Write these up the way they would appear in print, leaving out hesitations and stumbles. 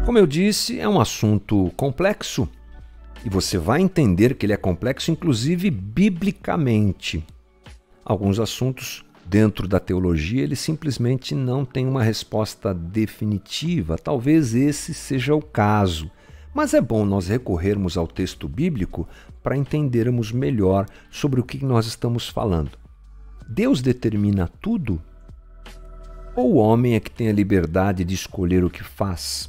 Como eu disse, é um assunto complexo e você vai entender que ele é complexo, inclusive biblicamente. Alguns assuntos dentro da teologia, ele simplesmente não tem uma resposta definitiva. Talvez esse seja o caso. Mas é bom nós recorrermos ao texto bíblico para entendermos melhor sobre o que nós estamos falando. Deus determina tudo? Ou o homem é que tem a liberdade de escolher o que faz?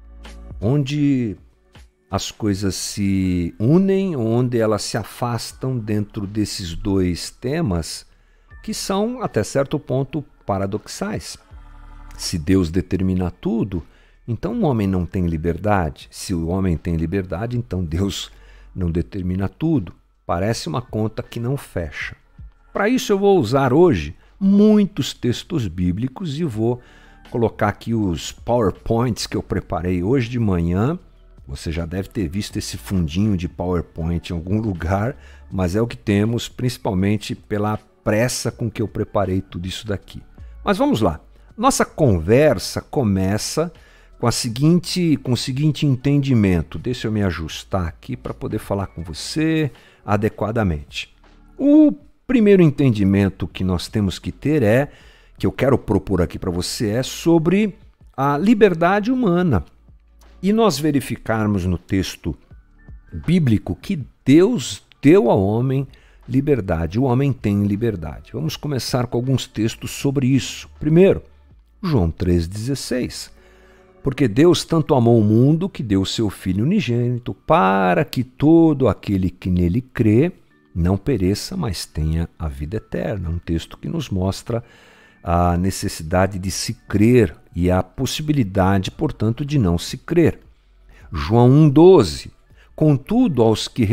Onde as coisas se unem, onde elas se afastam dentro desses dois temas que são, até certo ponto, paradoxais. Se Deus determina tudo, então o homem não tem liberdade. Se o homem tem liberdade, então Deus não determina tudo. Parece uma conta que não fecha. Para isso eu vou usar hoje muitos textos bíblicos e vou colocar aqui os PowerPoints que eu preparei hoje de manhã. Você já deve ter visto esse fundinho de PowerPoint em algum lugar, mas é o que temos, principalmente pela pressa com que eu preparei tudo isso daqui. Mas vamos lá. Nossa conversa começa com o seguinte entendimento. Deixa eu me ajustar aqui para poder falar com você adequadamente. O primeiro entendimento que nós temos que ter que eu quero propor aqui para você, é sobre a liberdade humana. E nós verificarmos no texto bíblico que Deus deu ao homem liberdade. O homem tem liberdade. Vamos começar com alguns textos sobre isso. Primeiro, João 3,16. Porque Deus tanto amou o mundo que deu o seu Filho unigênito para que todo aquele que nele crê não pereça, mas tenha a vida eterna. Um texto que nos mostra a necessidade de se crer e a possibilidade, portanto, de não se crer. João 1,12. Contudo, aos que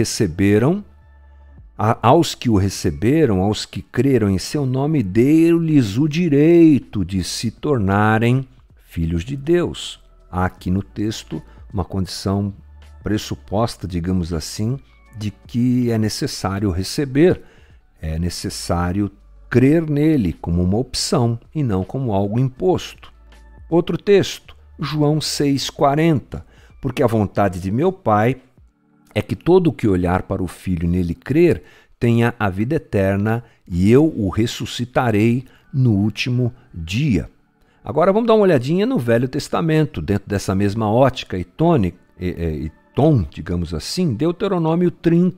o receberam, aos que creram em seu nome, deu-lhes o direito de se tornarem filhos de Deus. Há aqui no texto uma condição pressuposta, digamos assim, de que é necessário receber, é necessário crer nele como uma opção e não como algo imposto. Outro texto, João 6,40. Porque a vontade de meu Pai é que todo o que olhar para o Filho e nele crer tenha a vida eterna e eu o ressuscitarei no último dia. Agora vamos dar uma olhadinha no Velho Testamento, dentro dessa mesma ótica e tom, digamos assim, Deuteronômio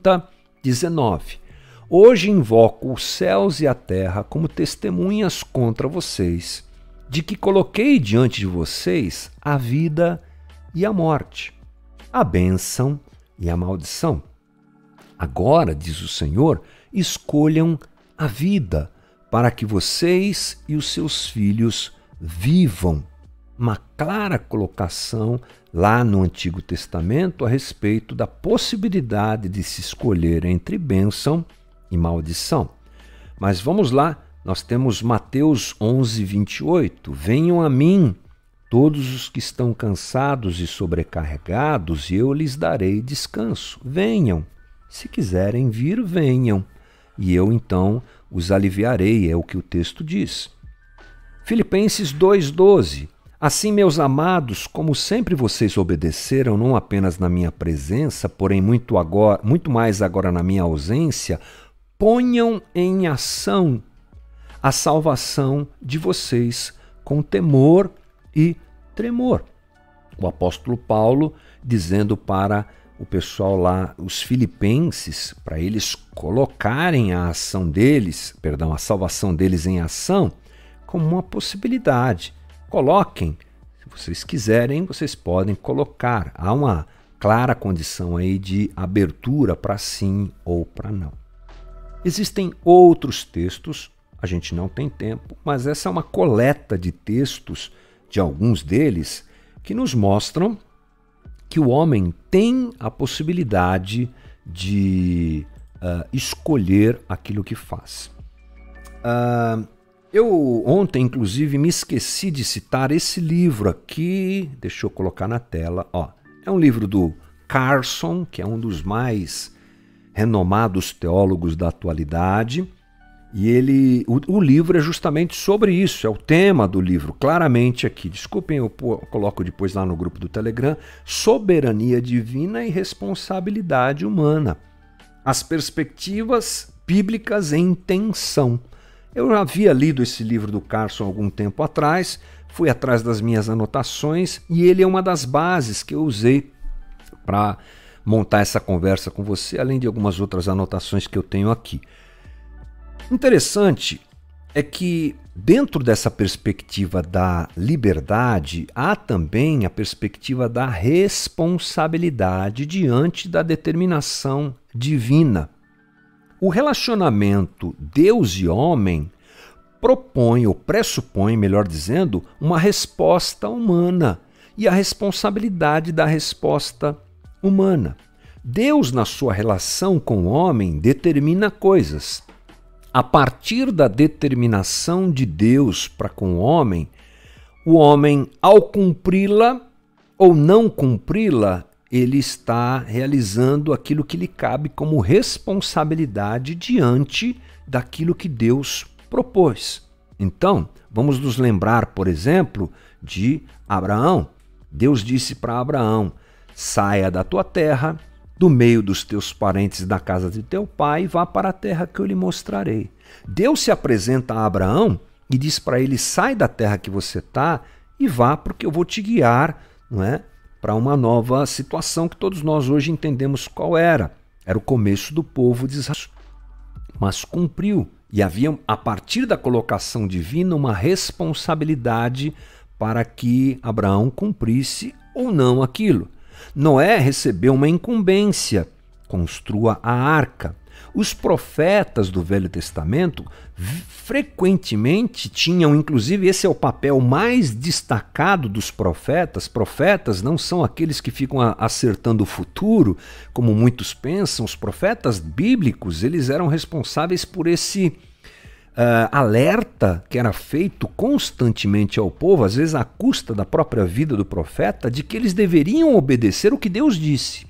30:19. Hoje invoco os céus e a terra como testemunhas contra vocês, de que coloquei diante de vocês a vida e a morte, a bênção e a maldição. Agora, diz o Senhor, escolham a vida, para que vocês e os seus filhos vivam. Uma clara colocação lá no Antigo Testamento a respeito da possibilidade de se escolher entre bênção e maldição. Mas vamos lá, nós temos Mateus 11:28. Venham a mim todos os que estão cansados e sobrecarregados, e eu lhes darei descanso. Venham, se quiserem vir, venham, e eu então os aliviarei, é o que o texto diz. Filipenses 2:12. Assim, meus amados, como sempre vocês obedeceram, não apenas na minha presença, porém muito mais agora na minha ausência, ponham em ação a salvação de vocês com temor e tremor. O apóstolo Paulo dizendo para o pessoal lá, os filipenses, para eles colocarem a salvação deles em ação como uma possibilidade. Coloquem, se vocês quiserem, vocês podem colocar. Há uma clara condição aí de abertura para sim ou para não. Existem outros textos, a gente não tem tempo, mas essa é uma coleta de textos, de alguns deles, que nos mostram que o homem tem a possibilidade de escolher aquilo que faz. Eu ontem, inclusive, me esqueci de citar esse livro aqui, deixa eu colocar na tela. É um livro do Carson, que é um dos mais renomados teólogos da atualidade. E o livro é justamente sobre isso, é o tema do livro, claramente aqui. Desculpem, eu coloco depois lá no grupo do Telegram, Soberania Divina e Responsabilidade Humana. As perspectivas bíblicas em tensão. Eu já havia lido esse livro do Carson há algum tempo atrás, fui atrás das minhas anotações e ele é uma das bases que eu usei para montar essa conversa com você, além de algumas outras anotações que eu tenho aqui. Interessante é que dentro dessa perspectiva da liberdade, há também a perspectiva da responsabilidade diante da determinação divina. O relacionamento Deus e homem propõe, ou pressupõe, melhor dizendo, uma resposta humana e a responsabilidade da resposta humana. Deus, na sua relação com o homem, determina coisas. A partir da determinação de Deus para com o homem, ao cumpri-la ou não cumpri-la, ele está realizando aquilo que lhe cabe como responsabilidade diante daquilo que Deus propôs. Então, vamos nos lembrar, por exemplo, de Abraão. Deus disse para Abraão: saia da tua terra, do meio dos teus parentes da casa de teu pai, e vá para a terra que eu lhe mostrarei. Deus se apresenta a Abraão e diz para ele: sai da terra que você está e vá, porque eu vou te guiar, não é, para uma nova situação que todos nós hoje entendemos qual era. Era o começo do povo de Israel. Mas cumpriu. E havia, a partir da colocação divina, uma responsabilidade para que Abraão cumprisse ou não aquilo. Noé recebeu uma incumbência: construa a arca. Os profetas do Velho Testamento frequentemente tinham, inclusive esse é o papel mais destacado dos profetas. Profetas não são aqueles que ficam acertando o futuro, como muitos pensam. Os profetas bíblicos, eles eram responsáveis por esse alerta que era feito constantemente ao povo, às vezes à custa da própria vida do profeta, de que eles deveriam obedecer o que Deus disse.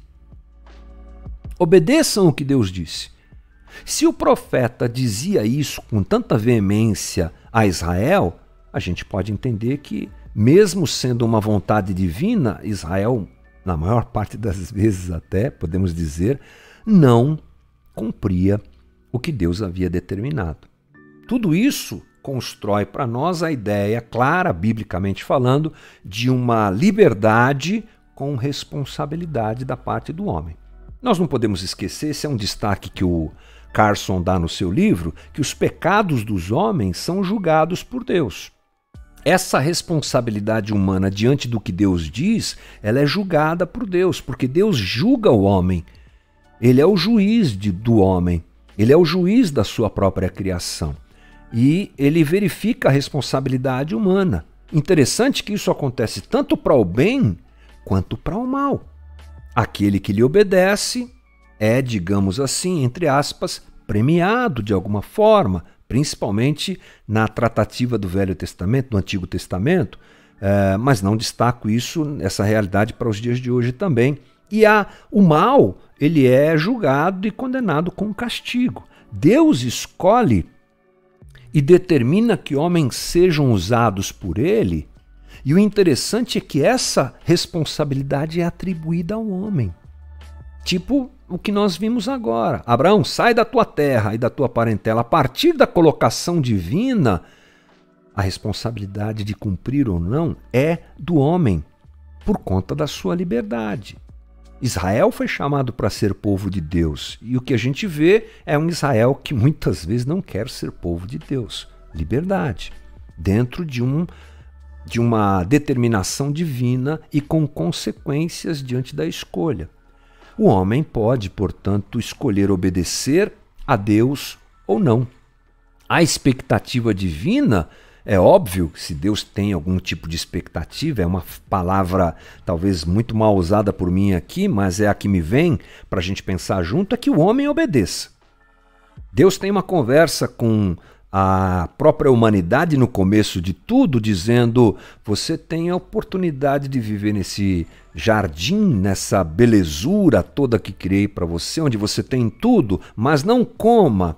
Obedeçam o que Deus disse. Se o profeta dizia isso com tanta veemência a Israel, a gente pode entender que, mesmo sendo uma vontade divina, Israel, na maior parte das vezes até, podemos dizer, não cumpria o que Deus havia determinado. Tudo isso constrói para nós a ideia clara, biblicamente falando, de uma liberdade com responsabilidade da parte do homem. Nós não podemos esquecer, esse é um destaque que o Carson dá no seu livro, que os pecados dos homens são julgados por Deus. Essa responsabilidade humana diante do que Deus diz, ela é julgada por Deus, porque Deus julga o homem. Ele é o juiz do homem, ele é o juiz da sua própria criação. E ele verifica a responsabilidade humana. Interessante que isso acontece tanto para o bem quanto para o mal. Aquele que lhe obedece é, digamos assim, entre aspas, premiado de alguma forma, principalmente na tratativa do Velho Testamento, do Antigo Testamento, mas não destaco isso, essa realidade para os dias de hoje também. E o mal, ele é julgado e condenado com castigo. Deus escolhe e determina que homens sejam usados por ele, e o interessante é que essa responsabilidade é atribuída ao homem. Tipo o que nós vimos agora. Abraão, sai da tua terra e da tua parentela. A partir da colocação divina, a responsabilidade de cumprir ou não é do homem, por conta da sua liberdade. Israel foi chamado para ser povo de Deus, e o que a gente vê é um Israel que muitas vezes não quer ser povo de Deus. Liberdade, dentro de uma determinação divina e com consequências diante da escolha. O homem pode, portanto, escolher obedecer a Deus ou não. A expectativa divina, é óbvio, se Deus tem algum tipo de expectativa, é uma palavra talvez muito mal usada por mim aqui, mas é a que me vem para a gente pensar junto, é que o homem obedeça. Deus tem uma conversa com a própria humanidade no começo de tudo, dizendo: você tem a oportunidade de viver nesse jardim, nessa belezura toda que criei para você, onde você tem tudo, mas não coma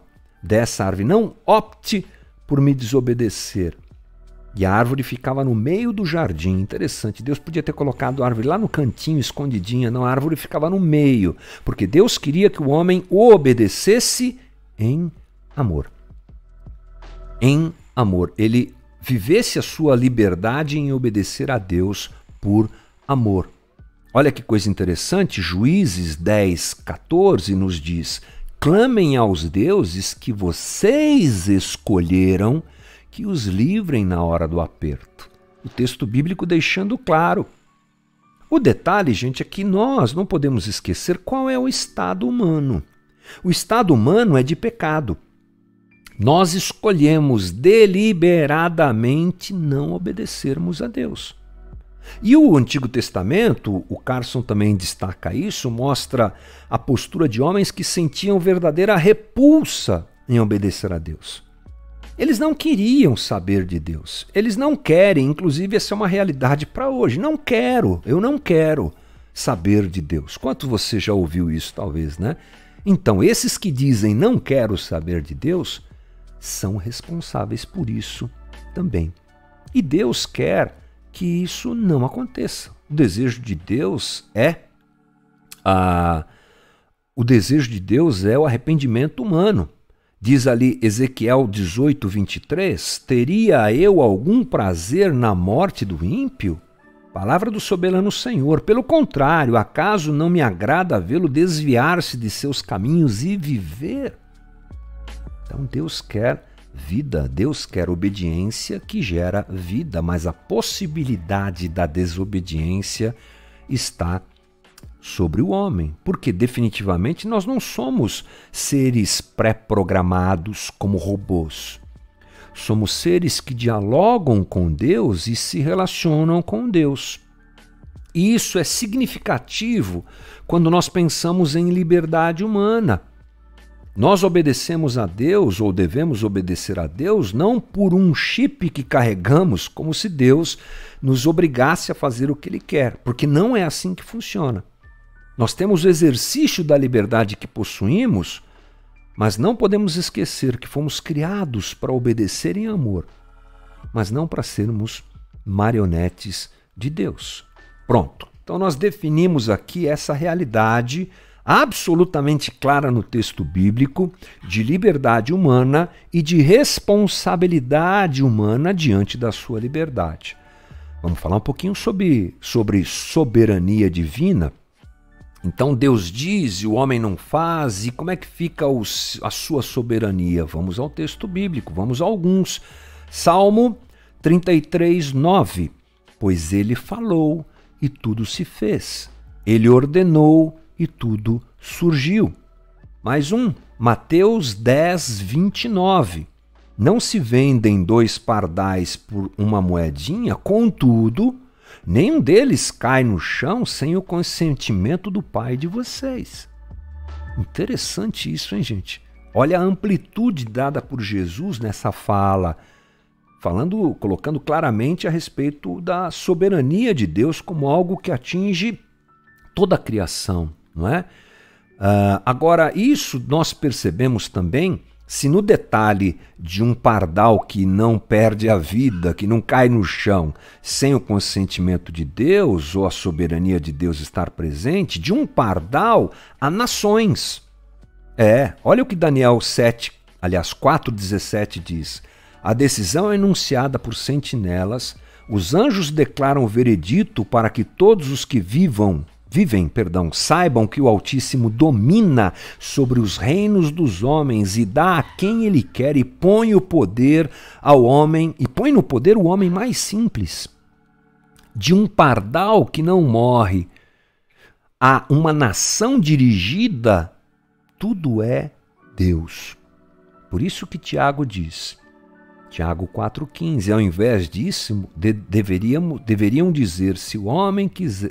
dessa árvore, não opte por me desobedecer. E a árvore ficava no meio do jardim. Interessante, Deus podia ter colocado a árvore lá no cantinho, escondidinha. Não, a árvore ficava no meio, porque Deus queria que o homem o obedecesse em amor. Em amor. Ele vivesse a sua liberdade em obedecer a Deus por amor. Olha que coisa interessante, Juízes 10:14 nos diz: clamem aos deuses que vocês escolheram que os livrem na hora do aperto. O texto bíblico deixando claro. O detalhe, gente, é que nós não podemos esquecer qual é o estado humano. O estado humano é de pecado. Nós escolhemos deliberadamente não obedecermos a Deus. E o Antigo Testamento, o Carson também destaca isso, mostra a postura de homens que sentiam verdadeira repulsa em obedecer a Deus. Eles não queriam saber de Deus. Eles não querem, inclusive essa é uma realidade para hoje. Eu não quero saber de Deus. Quanto você já ouviu isso, talvez, né? Então, esses que dizem não quero saber de Deus, são responsáveis por isso também. E Deus quer que isso não aconteça. O desejo de Deus é o arrependimento humano. Diz ali Ezequiel 18:23, teria eu algum prazer na morte do ímpio? Palavra do soberano Senhor. Pelo contrário, acaso não me agrada vê-lo desviar-se de seus caminhos e viver? Então Deus quer vida, Deus quer obediência que gera vida, mas a possibilidade da desobediência está sobre o homem, porque definitivamente nós não somos seres pré-programados como robôs. Somos seres que dialogam com Deus e se relacionam com Deus. E isso é significativo quando nós pensamos em liberdade humana. Nós obedecemos a Deus, ou devemos obedecer a Deus, não por um chip que carregamos, como se Deus nos obrigasse a fazer o que Ele quer, porque não é assim que funciona. Nós temos o exercício da liberdade que possuímos, mas não podemos esquecer que fomos criados para obedecer em amor, mas não para sermos marionetes de Deus. Pronto. Então nós definimos aqui essa realidade absolutamente clara no texto bíblico de liberdade humana e de responsabilidade humana diante da sua liberdade. Vamos falar um pouquinho sobre soberania divina. Então Deus diz e o homem não faz, e como é que fica a sua soberania? Vamos ao texto bíblico, vamos a alguns. Salmo 33:9. Pois ele falou e tudo se fez. Ele ordenou e tudo surgiu. Mais um, Mateus 10:29. Não se vendem 2 pardais por uma moedinha, contudo, nenhum deles cai no chão sem o consentimento do Pai de vocês. Interessante isso, hein, gente? Olha a amplitude dada por Jesus nessa fala, colocando claramente a respeito da soberania de Deus como algo que atinge toda a criação, não é? Agora, isso nós percebemos também se no detalhe de um pardal que não perde a vida, que não cai no chão, sem o consentimento de Deus ou a soberania de Deus estar presente, de um pardal há nações. Olha o que Daniel 4:17 diz. A decisão é enunciada por sentinelas, os anjos declaram o veredito para que todos os que vivem, saibam que o Altíssimo domina sobre os reinos dos homens e dá a quem ele quer e põe no poder o homem mais simples. De um pardal que não morre a uma nação dirigida, tudo é Deus. Por isso que Tiago diz, Tiago 4,15, ao invés disso, deveriam dizer se o homem quiser...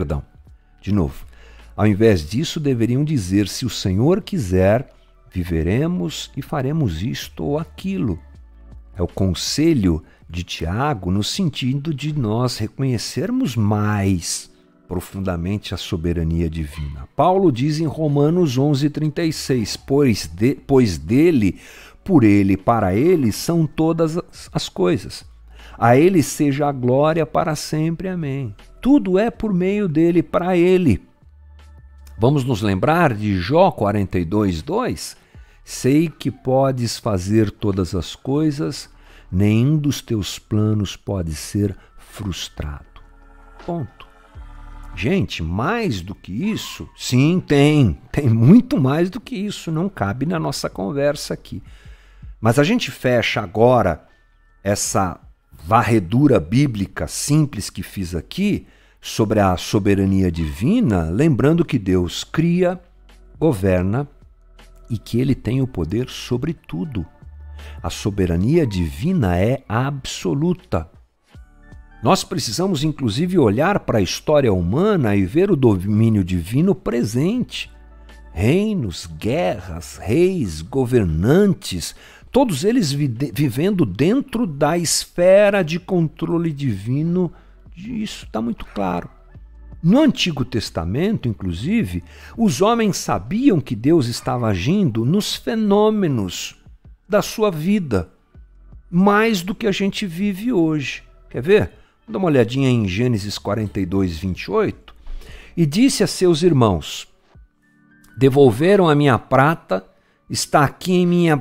Ao invés disso, deveriam dizer, se o Senhor quiser, viveremos e faremos isto ou aquilo. É o conselho de Tiago no sentido de nós reconhecermos mais profundamente a soberania divina. Paulo diz em Romanos 11:36, pois dele, por ele, para ele são todas as coisas. A ele seja a glória para sempre. Amém. Tudo é por meio dele, para ele. Vamos nos lembrar de Jó 42:2? Sei que podes fazer todas as coisas, nenhum dos teus planos pode ser frustrado. Ponto. Gente, mais do que isso? Sim, tem muito mais do que isso, não cabe na nossa conversa aqui. Mas a gente fecha agora essa varredura bíblica simples que fiz aqui sobre a soberania divina, lembrando que Deus cria, governa e que Ele tem o poder sobre tudo. A soberania divina é absoluta. Nós precisamos, inclusive, olhar para a história humana e ver o domínio divino presente. Reinos, guerras, reis, governantes, todos eles vivendo dentro da esfera de controle divino. Isso está muito claro. No Antigo Testamento, inclusive, os homens sabiam que Deus estava agindo nos fenômenos da sua vida, mais do que a gente vive hoje. Quer ver? Dá uma olhadinha em Gênesis 42:28. E disse a seus irmãos: devolveram a minha prata, está aqui em minha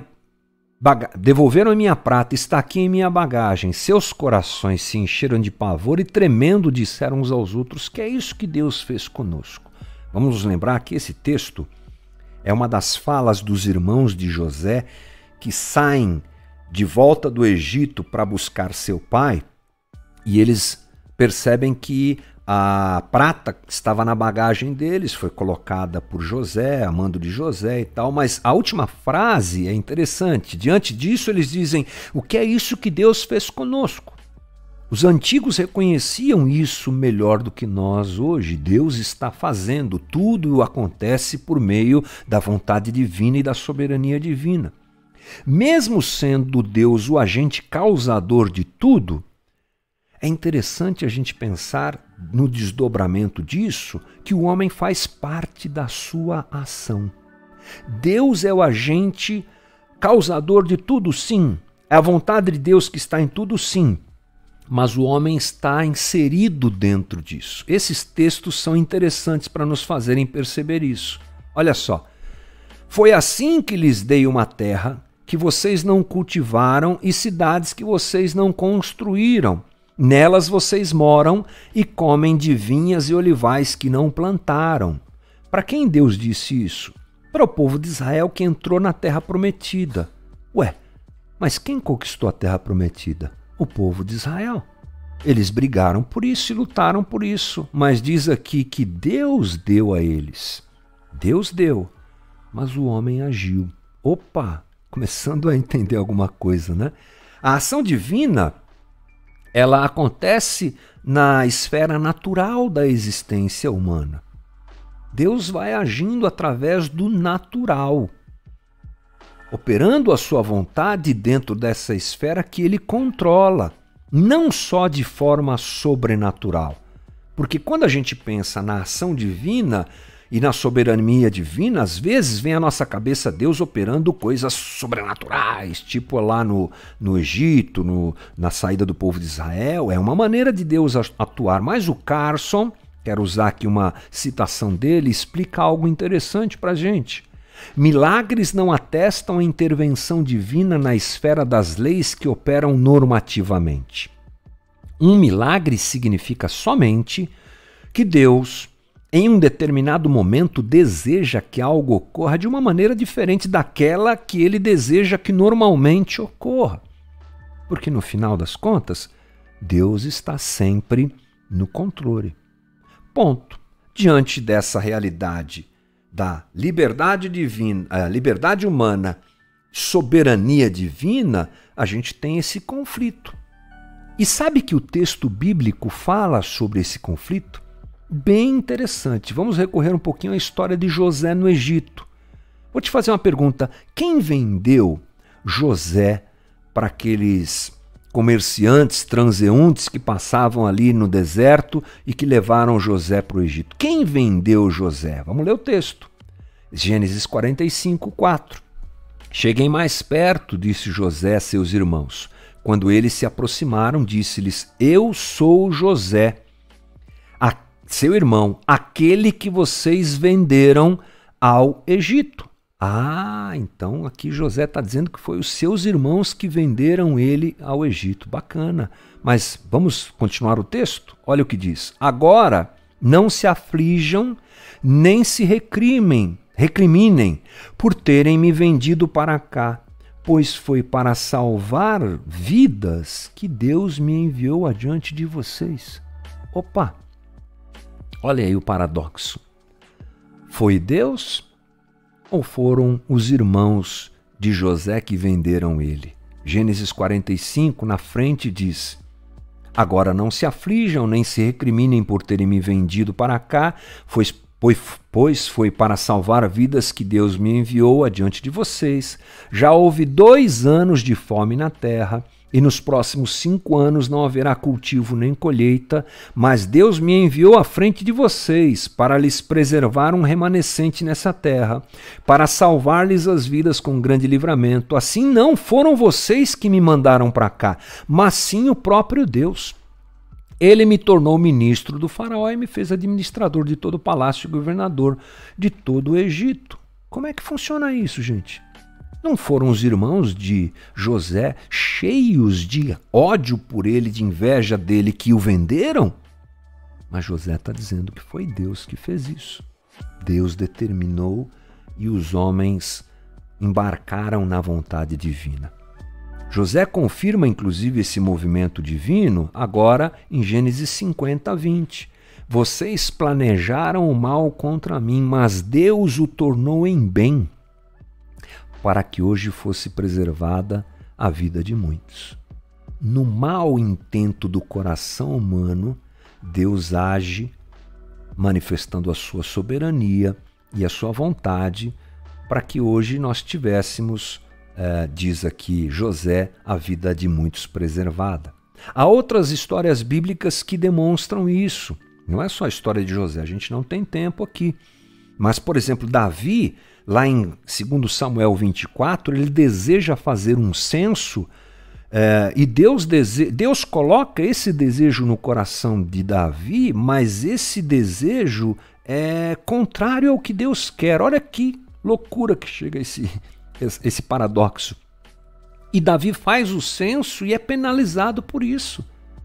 bagagem. Seus corações se encheram de pavor e tremendo disseram uns aos outros: que é isso que Deus fez conosco? Vamos nos lembrar que esse texto é uma das falas dos irmãos de José que saem de volta do Egito para buscar seu pai. E eles percebem que a prata estava na bagagem deles, foi colocada por José, a mando de José e tal, mas a última frase é interessante. Diante disso, eles dizem: o que é isso que Deus fez conosco? Os antigos reconheciam isso melhor do que nós hoje. Deus está fazendo, tudo acontece por meio da vontade divina e da soberania divina. Mesmo sendo Deus o agente causador de tudo, é interessante a gente pensar no desdobramento disso, que o homem faz parte da sua ação. Deus é o agente causador de tudo, sim. É a vontade de Deus que está em tudo, sim. Mas o homem está inserido dentro disso. Esses textos são interessantes para nos fazerem perceber isso. Olha só. Foi assim que lhes dei uma terra que vocês não cultivaram e cidades que vocês não construíram. Nelas vocês moram e comem de vinhas e olivais que não plantaram. Para quem Deus disse isso? Para o povo de Israel que entrou na terra prometida. Ué, mas quem conquistou a terra prometida? O povo de Israel. Eles brigaram por isso e lutaram por isso. Mas diz aqui que Deus deu a eles. Deus deu, mas o homem agiu. Opa, começando a entender alguma coisa, né? A ação divina, ela acontece na esfera natural da existência humana. Deus vai agindo através do natural, operando a sua vontade dentro dessa esfera que ele controla, não só de forma sobrenatural. Porque quando a gente pensa na ação divina e na soberania divina, às vezes vem à nossa cabeça Deus operando coisas sobrenaturais, tipo lá no Egito, na saída do povo de Israel. É uma maneira de Deus atuar. Mas o Carson, quero usar aqui uma citação dele, explica algo interessante para a gente. Milagres não atestam a intervenção divina na esfera das leis que operam normativamente. Um milagre significa somente que Deus, em um determinado momento, deseja que algo ocorra de uma maneira diferente daquela que ele deseja que normalmente ocorra. Porque no final das contas, Deus está sempre no controle. Ponto. Diante dessa realidade da liberdade divina, a liberdade humana, soberania divina, a gente tem esse conflito. E sabe que o texto bíblico fala sobre esse conflito? Bem interessante. Vamos recorrer um pouquinho à história de José no Egito. Vou te fazer uma pergunta. Quem vendeu José para aqueles comerciantes, transeuntes que passavam ali no deserto e que levaram José para o Egito. Quem vendeu José? Vamos ler o texto. Gênesis 45, 4. Cheguem mais perto, disse José a seus irmãos. Quando eles se aproximaram, disse-lhes: Eu sou José, seu irmão, aquele que vocês venderam ao Egito. Ah, então aqui José está dizendo que foi os seus irmãos que venderam ele ao Egito. Bacana. Mas vamos continuar o texto? Olha o que diz. Agora não se aflijam, nem se recriminem por terem me vendido para cá, pois foi para salvar vidas que Deus me enviou adiante de vocês. Opa! Olha aí o paradoxo. Foi Deus ou foram os irmãos de José que venderam ele? Gênesis 45, na frente, diz: Agora não se aflijam, nem se recriminem por terem me vendido para cá, pois foi para salvar vidas que Deus me enviou adiante de vocês. Já houve 2 anos de fome na terra, e nos próximos 5 anos não haverá cultivo nem colheita, mas Deus me enviou à frente de vocês para lhes preservar um remanescente nessa terra, para salvar-lhes as vidas com grande livramento. Assim não foram vocês que me mandaram para cá, mas sim o próprio Deus. Ele me tornou ministro do faraó e me fez administrador de todo o palácio e governador de todo o Egito. Como é que funciona isso, gente? Não foram os irmãos de José, cheios de ódio por ele, de inveja dele, que o venderam? Mas José está dizendo que foi Deus que fez isso. Deus determinou e os homens embarcaram na vontade divina. José confirma, inclusive, esse movimento divino agora em Gênesis 50, 20. Vocês planejaram o mal contra mim, mas Deus o tornou em bem, para que hoje fosse preservada a vida de muitos. No mau intento do coração humano, Deus age manifestando a sua soberania e a sua vontade para que hoje nós tivéssemos, diz aqui José, a vida de muitos preservada. Há outras histórias bíblicas que demonstram isso. Não é só a história de José, a gente não tem tempo aqui. Mas, por exemplo, Davi, lá em 2 Samuel 24, ele deseja fazer um censo e Deus coloca esse desejo no coração de Davi, mas esse desejo é contrário ao que Deus quer. Olha que loucura que chega esse paradoxo. E Davi faz o censo e é penalizado por isso.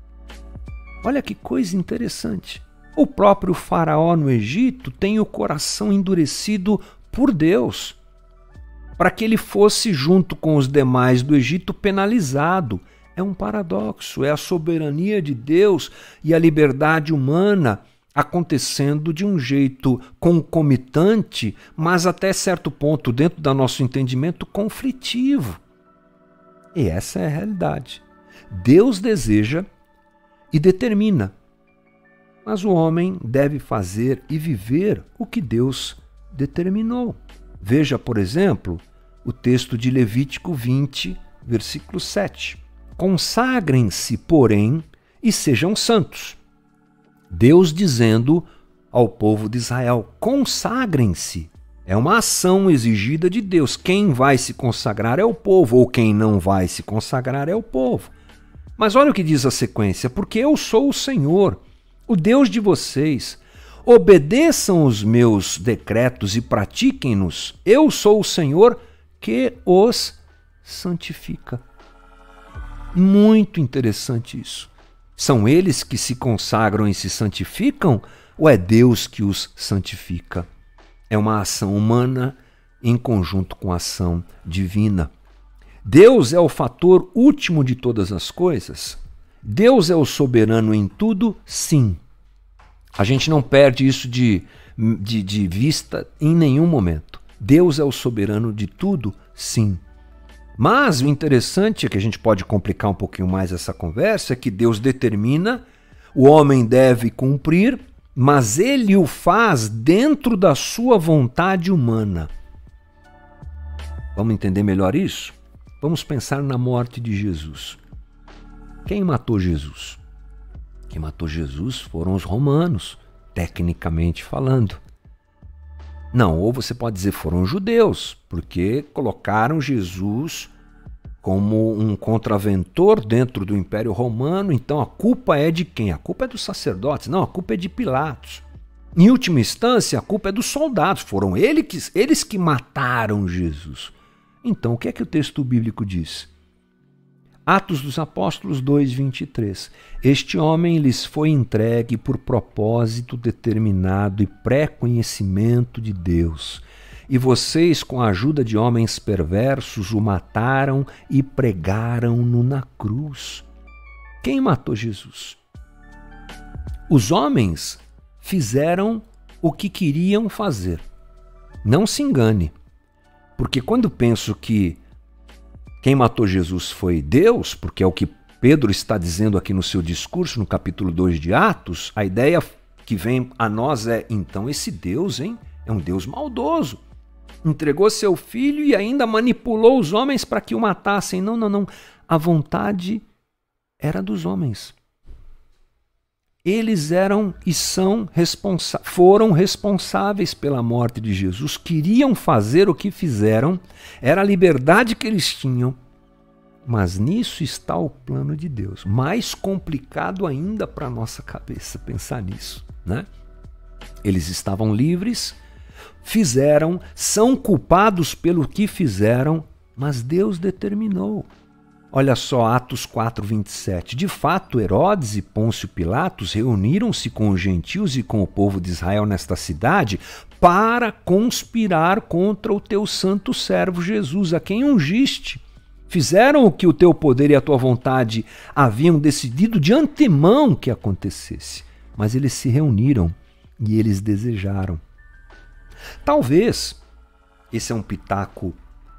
Olha que coisa interessante. O próprio faraó no Egito tem o coração endurecido por Deus, para que ele fosse, junto com os demais do Egito, penalizado. É um paradoxo, é a soberania de Deus e a liberdade humana acontecendo de um jeito concomitante, mas até certo ponto, dentro do nosso entendimento, conflitivo. E essa é a realidade. Deus deseja e determina, mas o homem deve fazer e viver o que Deus determinou. Veja, por exemplo, o texto de Levítico 20, versículo 7. Consagrem-se, porém, e sejam santos. Deus dizendo ao povo de Israel, consagrem-se. É uma ação exigida de Deus. Quem vai se consagrar é o povo, ou quem não vai se consagrar é o povo. Mas olha o que diz a sequência, porque eu sou o Senhor, o Deus de vocês. Obedeçam os meus decretos e pratiquem-nos. Eu sou o Senhor que os santifica. Muito interessante isso. São eles que se consagram e se santificam ou é Deus que os santifica? É uma ação humana em conjunto com a ação divina. Deus é o fator último de todas as coisas? Deus é o soberano em tudo? Sim. A gente não perde isso de vista em nenhum momento. Deus é o soberano de tudo? Sim. Mas o interessante é que a gente pode complicar um pouquinho mais essa conversa, é que Deus determina, o homem deve cumprir, mas ele o faz dentro da sua vontade humana. Vamos entender melhor isso? Vamos pensar na morte de Jesus. Quem matou Jesus? Quem matou Jesus foram os romanos, tecnicamente falando. Não, ou você pode dizer foram os judeus, porque colocaram Jesus como um contraventor dentro do Império Romano, então a culpa é de quem? A culpa é dos sacerdotes, não, a culpa é de Pilatos. Em última instância, a culpa é dos soldados, foram eles que mataram Jesus. Então, o que é que o texto bíblico diz? Atos dos Apóstolos 2:23. Este homem lhes foi entregue por propósito determinado e pré-conhecimento de Deus. E vocês, com a ajuda de homens perversos, o mataram e pregaram-no na cruz. Quem matou Jesus? Os homens fizeram o que queriam fazer. Não se engane, porque quando penso que quem matou Jesus foi Deus, porque é o que Pedro está dizendo aqui no seu discurso, no capítulo 2 de Atos, a ideia que vem a nós é, então esse Deus, é um Deus maldoso. Entregou seu filho e ainda manipulou os homens para que o matassem. Não. A vontade era dos homens. Eles eram e foram responsáveis pela morte de Jesus, queriam fazer o que fizeram, era a liberdade que eles tinham, mas nisso está o plano de Deus. Mais complicado ainda para a nossa cabeça pensar nisso, né? Eles estavam livres, são culpados pelo que fizeram, mas Deus determinou. Olha só, Atos 4:27. De fato, Herodes e Pôncio Pilatos reuniram-se com os gentios e com o povo de Israel nesta cidade para conspirar contra o teu santo servo Jesus, a quem ungiste. Fizeram o que o teu poder e a tua vontade haviam decidido de antemão que acontecesse. Mas eles se reuniram e eles desejaram. Talvez, esse é um pitaco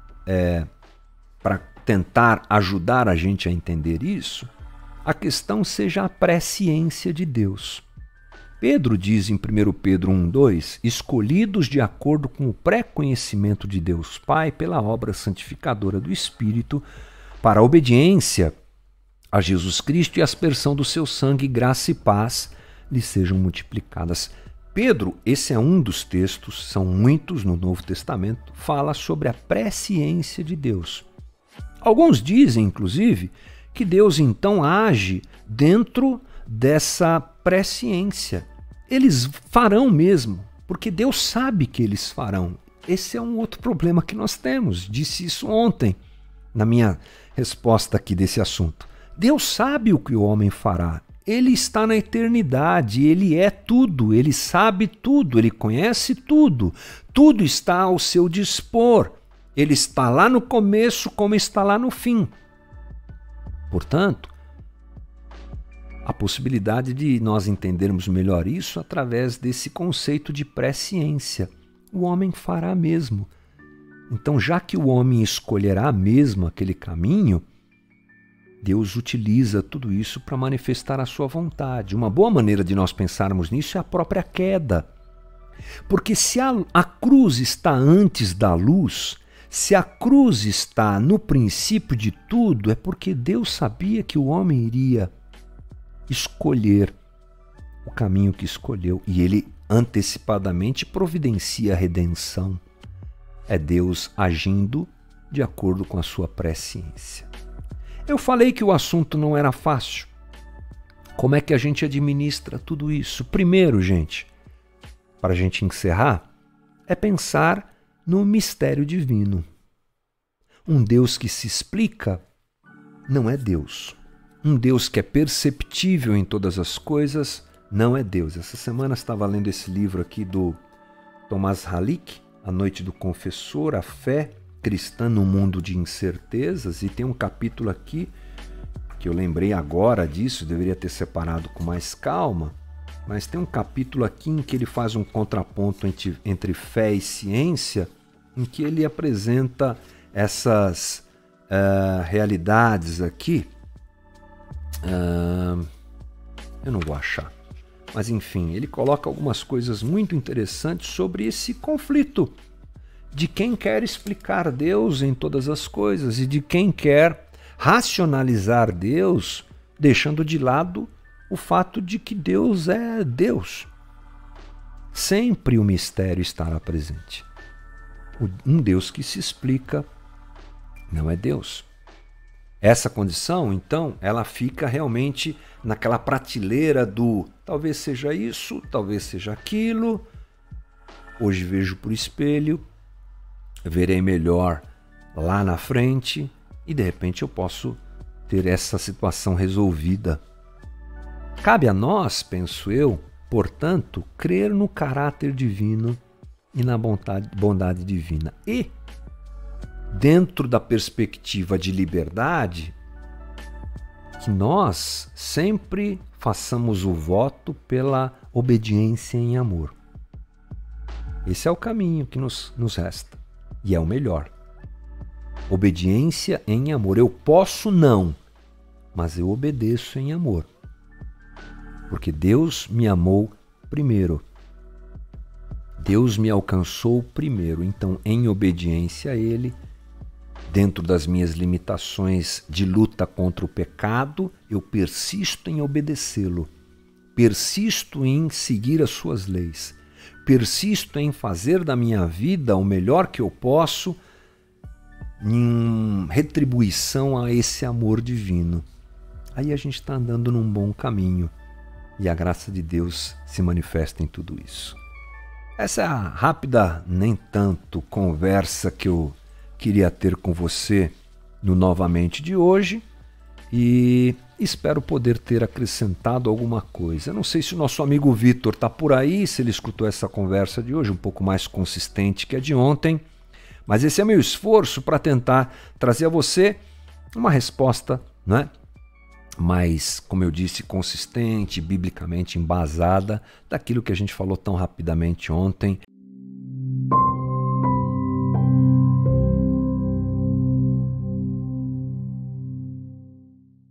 para tentar ajudar a gente a entender isso, a questão seja a presciência de Deus. Pedro diz em 1 Pedro 1:2, escolhidos de acordo com o pré-conhecimento de Deus Pai pela obra santificadora do Espírito, para a obediência a Jesus Cristo e a aspersão do seu sangue, graça e paz lhe sejam multiplicadas. Pedro, esse é um dos textos, são muitos no Novo Testamento, fala sobre a presciência de Deus. Alguns dizem, inclusive, que Deus então age dentro dessa presciência. Eles farão mesmo, porque Deus sabe que eles farão. Esse é um outro problema que nós temos. Disse isso ontem, na minha resposta aqui desse assunto. Deus sabe o que o homem fará. Ele está na eternidade, ele é tudo, ele sabe tudo, ele conhece tudo. Tudo está ao seu dispor. Ele está lá no começo como está lá no fim. Portanto, a possibilidade de nós entendermos melhor isso através desse conceito de presciência. O homem fará mesmo. Então, já que o homem escolherá mesmo aquele caminho, Deus utiliza tudo isso para manifestar a sua vontade. Uma boa maneira de nós pensarmos nisso é a própria queda. Porque se a cruz está antes da luz, se a cruz está no princípio de tudo, é porque Deus sabia que o homem iria escolher o caminho que escolheu e ele antecipadamente providencia a redenção. É Deus agindo de acordo com a sua presciência. Eu falei que o assunto não era fácil. Como é que a gente administra tudo isso? Primeiro, gente, para a gente encerrar, é pensar no mistério divino. Um Deus que se explica não é Deus. Um Deus que é perceptível em todas as coisas não é Deus. Essa semana eu estava lendo esse livro aqui do Thomas Halleck, A Noite do Confessor, a fé cristã no mundo de incertezas, e tem um capítulo aqui que eu lembrei agora disso, deveria ter separado com mais calma, mas tem um capítulo aqui em que ele faz um contraponto entre fé e ciência, em que ele apresenta essas realidades aqui. Eu não vou achar. Mas enfim, ele coloca algumas coisas muito interessantes sobre esse conflito de quem quer explicar Deus em todas as coisas e de quem quer racionalizar Deus deixando de lado o fato de que Deus é Deus. Sempre o mistério estará presente. Um Deus que se explica não é Deus. Essa condição, então, ela fica realmente naquela prateleira do talvez seja isso, talvez seja aquilo. Hoje vejo por espelho, verei melhor lá na frente e de repente eu posso ter essa situação resolvida. Cabe a nós, penso eu, portanto, crer no caráter divino e na bondade divina. E, dentro da perspectiva de liberdade, que nós sempre façamos o voto pela obediência em amor. Esse é o caminho que nos resta. E é o melhor. Obediência em amor. Eu posso não, mas eu obedeço em amor. Porque Deus me amou primeiro. Deus me alcançou primeiro. Então, em obediência a Ele, dentro das minhas limitações de luta contra o pecado, eu persisto em obedecê-lo. Persisto em seguir as suas leis. Persisto em fazer da minha vida o melhor que eu posso em retribuição a esse amor divino. Aí a gente está andando num bom caminho e a graça de Deus se manifesta em tudo isso. Essa é a rápida, nem tanto, conversa que eu queria ter com você no Novamente de hoje e espero poder ter acrescentado alguma coisa. Eu não sei se o nosso amigo Vitor está por aí, se ele escutou essa conversa de hoje, um pouco mais consistente que a de ontem, mas esse é meu esforço para tentar trazer a você uma resposta, né? Mais, como eu disse, consistente, biblicamente embasada daquilo que a gente falou tão rapidamente ontem.